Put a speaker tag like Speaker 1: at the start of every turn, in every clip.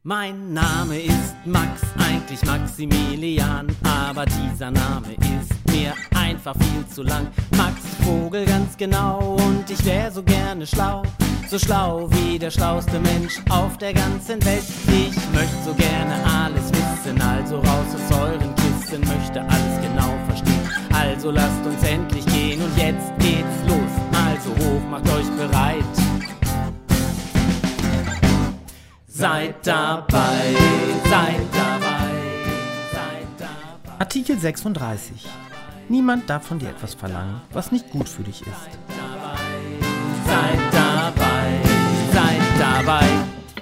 Speaker 1: Mein Name ist Max, eigentlich Maximilian, aber dieser Name ist mir einfach viel zu lang. Max Vogel ganz genau und ich wär so gerne schlau, so schlau wie der schlauste Mensch auf der ganzen Welt. Ich möchte so gerne alles wissen, also raus aus euren Kissen, möchte alles genau verstehen. Also lasst uns endlich gehen und jetzt geht's los, also hoch, macht euch bereit. Seid dabei, seid dabei, seid dabei.
Speaker 2: Artikel 36. Niemand darf von dir etwas verlangen, was nicht gut für dich ist.
Speaker 1: Seid dabei, seid dabei.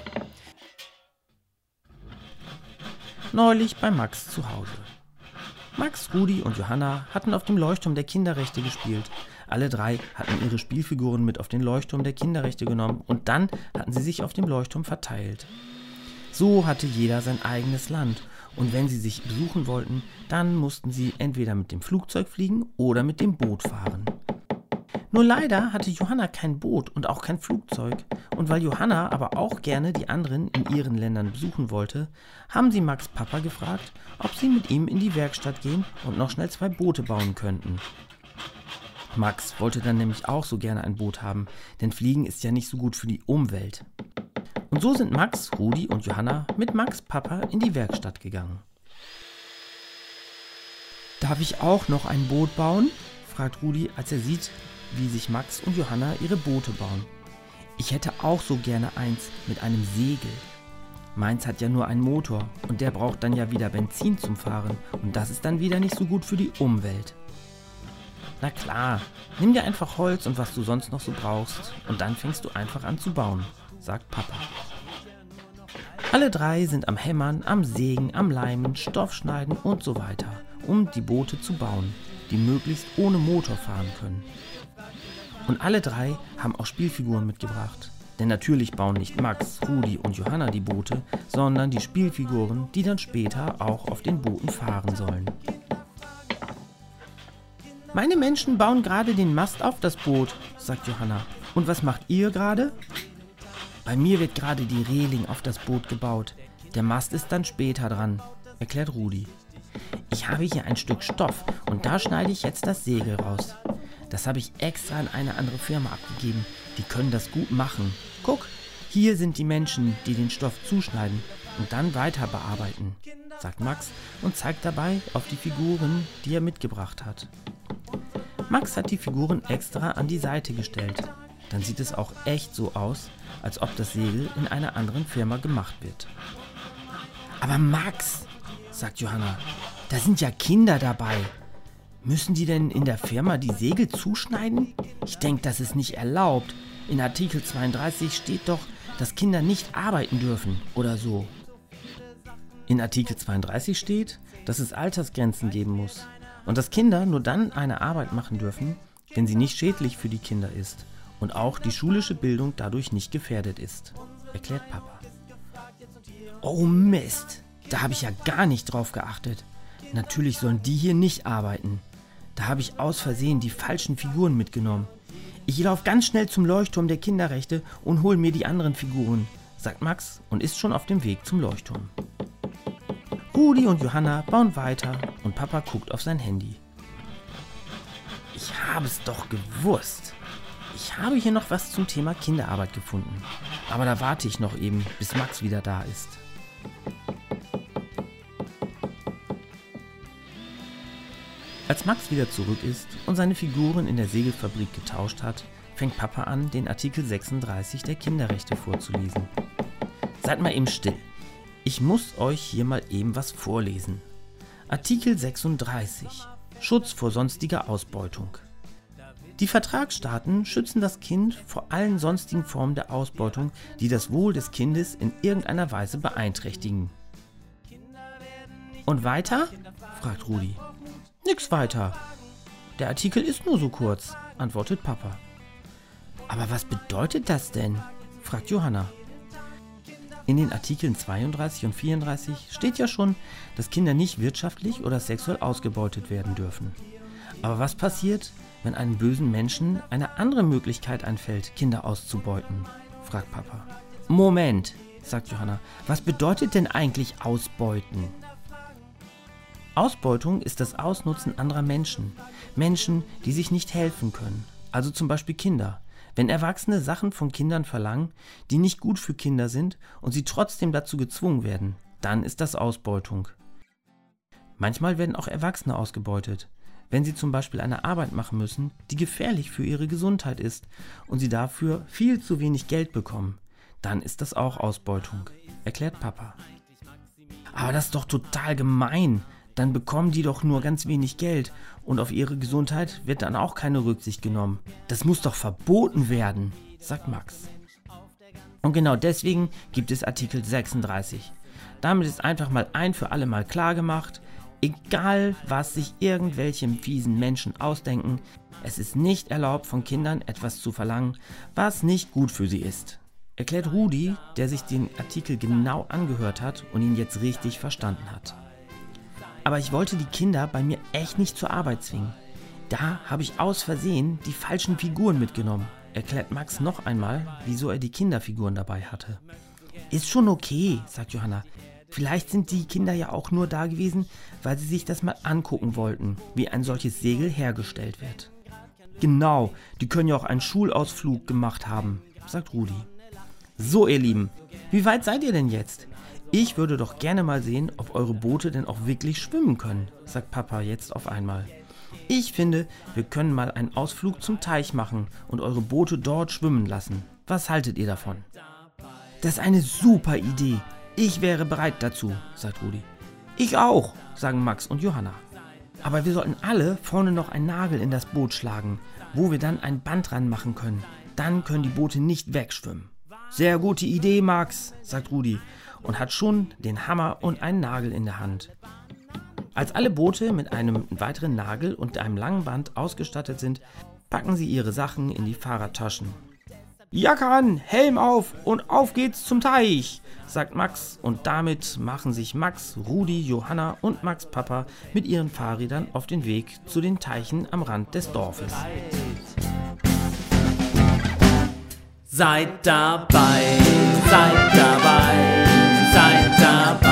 Speaker 2: Neulich bei Max zu Hause. Max, Rudi und Johanna hatten auf dem Leuchtturm der Kinderrechte gespielt. Alle drei hatten ihre Spielfiguren mit auf den Leuchtturm der Kinderrechte genommen und dann hatten sie sich auf dem Leuchtturm verteilt. So hatte jeder sein eigenes Land und wenn sie sich besuchen wollten, dann mussten sie entweder mit dem Flugzeug fliegen oder mit dem Boot fahren. Nur leider hatte Johanna kein Boot und auch kein Flugzeug und weil Johanna aber auch gerne die anderen in ihren Ländern besuchen wollte, haben sie Max' Papa gefragt, ob sie mit ihm in die Werkstatt gehen und noch schnell 2 Boote bauen könnten. Max wollte dann nämlich auch so gerne ein Boot haben, denn Fliegen ist ja nicht so gut für die Umwelt. Und so sind Max, Rudi und Johanna mit Max' Papa in die Werkstatt gegangen. »Darf ich auch noch ein Boot bauen?« fragt Rudi, als er sieht, wie sich Max und Johanna ihre Boote bauen. »Ich hätte auch so gerne eins mit einem Segel. Meins hat ja nur einen Motor und der braucht dann ja wieder Benzin zum Fahren und das ist dann wieder nicht so gut für die Umwelt.« »Na klar, nimm dir einfach Holz und was du sonst noch so brauchst und dann fängst du einfach an zu bauen«, sagt Papa. Alle drei sind am Hämmern, am Sägen, am Leimen, Stoff schneiden und so weiter, um die Boote zu bauen, die möglichst ohne Motor fahren können. Und alle drei haben auch Spielfiguren mitgebracht. Denn natürlich bauen nicht Max, Rudi und Johanna die Boote, sondern die Spielfiguren, die dann später auch auf den Booten fahren sollen. »Meine Menschen bauen gerade den Mast auf das Boot«, sagt Johanna. »Und was macht ihr gerade?« »Bei mir wird gerade die Reling auf das Boot gebaut. Der Mast ist dann später dran«, erklärt Rudi. »Ich habe hier ein Stück Stoff und da schneide ich jetzt das Segel raus. Das habe ich extra an eine andere Firma abgegeben. Die können das gut machen. Guck, hier sind die Menschen, die den Stoff zuschneiden und dann weiter bearbeiten«, sagt Max und zeigt dabei auf die Figuren, die er mitgebracht hat. Max hat die Figuren extra an die Seite gestellt. Dann sieht es auch echt so aus, als ob das Segel in einer anderen Firma gemacht wird. »Aber Max«, sagt Johanna, »da sind ja Kinder dabei. Müssen die denn in der Firma die Segel zuschneiden? Ich denke, das ist nicht erlaubt. In Artikel 32 steht doch, dass Kinder nicht arbeiten dürfen oder so.« In Artikel 32 steht, dass es Altersgrenzen geben muss und dass Kinder nur dann eine Arbeit machen dürfen, wenn sie nicht schädlich für die Kinder ist und auch die schulische Bildung dadurch nicht gefährdet ist, erklärt Papa. »Oh Mist, da habe ich ja gar nicht drauf geachtet. Natürlich sollen die hier nicht arbeiten. Da habe ich aus Versehen die falschen Figuren mitgenommen. Ich laufe ganz schnell zum Leuchtturm der Kinderrechte und hole mir die anderen Figuren«, sagt Max und ist schon auf dem Weg zum Leuchtturm. Rudi und Johanna bauen weiter und Papa guckt auf sein Handy. »Ich habe es doch gewusst. Ich habe hier noch was zum Thema Kinderarbeit gefunden. Aber da warte ich noch eben, bis Max wieder da ist.« Als Max wieder zurück ist und seine Figuren in der Segelfabrik getauscht hat, fängt Papa an, den Artikel 36 der Kinderrechte vorzulesen. Seid mal eben still. Ich muss euch hier mal eben was vorlesen. Artikel 36. Schutz vor sonstiger Ausbeutung. Die Vertragsstaaten schützen das Kind vor allen sonstigen Formen der Ausbeutung, die das Wohl des Kindes in irgendeiner Weise beeinträchtigen. Und weiter? Fragt Rudi. Nix weiter. Der Artikel ist nur so kurz, antwortet Papa. Aber was bedeutet das denn? Fragt Johanna. In den Artikeln 32 und 34 steht ja schon, dass Kinder nicht wirtschaftlich oder sexuell ausgebeutet werden dürfen. Aber was passiert, wenn einem bösen Menschen eine andere Möglichkeit einfällt, Kinder auszubeuten? Fragt Papa. Moment, sagt Johanna. Was bedeutet denn eigentlich ausbeuten? Ausbeutung ist das Ausnutzen anderer Menschen. Menschen, die sich nicht helfen können. Also zum Beispiel Kinder. Wenn Erwachsene Sachen von Kindern verlangen, die nicht gut für Kinder sind und sie trotzdem dazu gezwungen werden, dann ist das Ausbeutung. Manchmal werden auch Erwachsene ausgebeutet. Wenn sie zum Beispiel eine Arbeit machen müssen, die gefährlich für ihre Gesundheit ist und sie dafür viel zu wenig Geld bekommen, dann ist das auch Ausbeutung, erklärt Papa. Aber das ist doch total gemein. Dann bekommen die doch nur ganz wenig Geld und auf ihre Gesundheit wird dann auch keine Rücksicht genommen. Das muss doch verboten werden, sagt Max. Und genau deswegen gibt es Artikel 36. Damit ist einfach mal ein für alle Mal klar gemacht, egal was sich irgendwelche fiesen Menschen ausdenken, es ist nicht erlaubt, von Kindern etwas zu verlangen, was nicht gut für sie ist. Erklärt Rudi, der sich den Artikel genau angehört hat und ihn jetzt richtig verstanden hat. Aber ich wollte die Kinder bei mir echt nicht zur Arbeit zwingen. Da habe ich aus Versehen die falschen Figuren mitgenommen, erklärt Max noch einmal, wieso er die Kinderfiguren dabei hatte. Ist schon okay, sagt Johanna. Vielleicht sind die Kinder ja auch nur da gewesen, weil sie sich das mal angucken wollten, wie ein solches Segel hergestellt wird. Genau, die können ja auch einen Schulausflug gemacht haben, sagt Rudi. So, ihr Lieben, wie weit seid ihr denn jetzt? Ich würde doch gerne mal sehen, ob eure Boote denn auch wirklich schwimmen können, sagt Papa jetzt auf einmal. Ich finde, wir können mal einen Ausflug zum Teich machen und eure Boote dort schwimmen lassen. Was haltet ihr davon? Das ist eine super Idee. Ich wäre bereit dazu, sagt Rudi. Ich auch, sagen Max und Johanna. Aber wir sollten alle vorne noch einen Nagel in das Boot schlagen, wo wir dann ein Band dran machen können. Dann können die Boote nicht wegschwimmen. Sehr gute Idee, Max, sagt Rudi und hat schon den Hammer und einen Nagel in der Hand. Als alle Boote mit einem weiteren Nagel und einem langen Band ausgestattet sind, packen sie ihre Sachen in die Fahrradtaschen. Jacke an, Helm auf und auf geht's zum Teich, sagt Max und damit machen sich Max, Rudi, Johanna und Max Papa mit ihren Fahrrädern auf den Weg zu den Teichen am Rand des Dorfes.
Speaker 1: Seid dabei, seid dabei, seid dabei.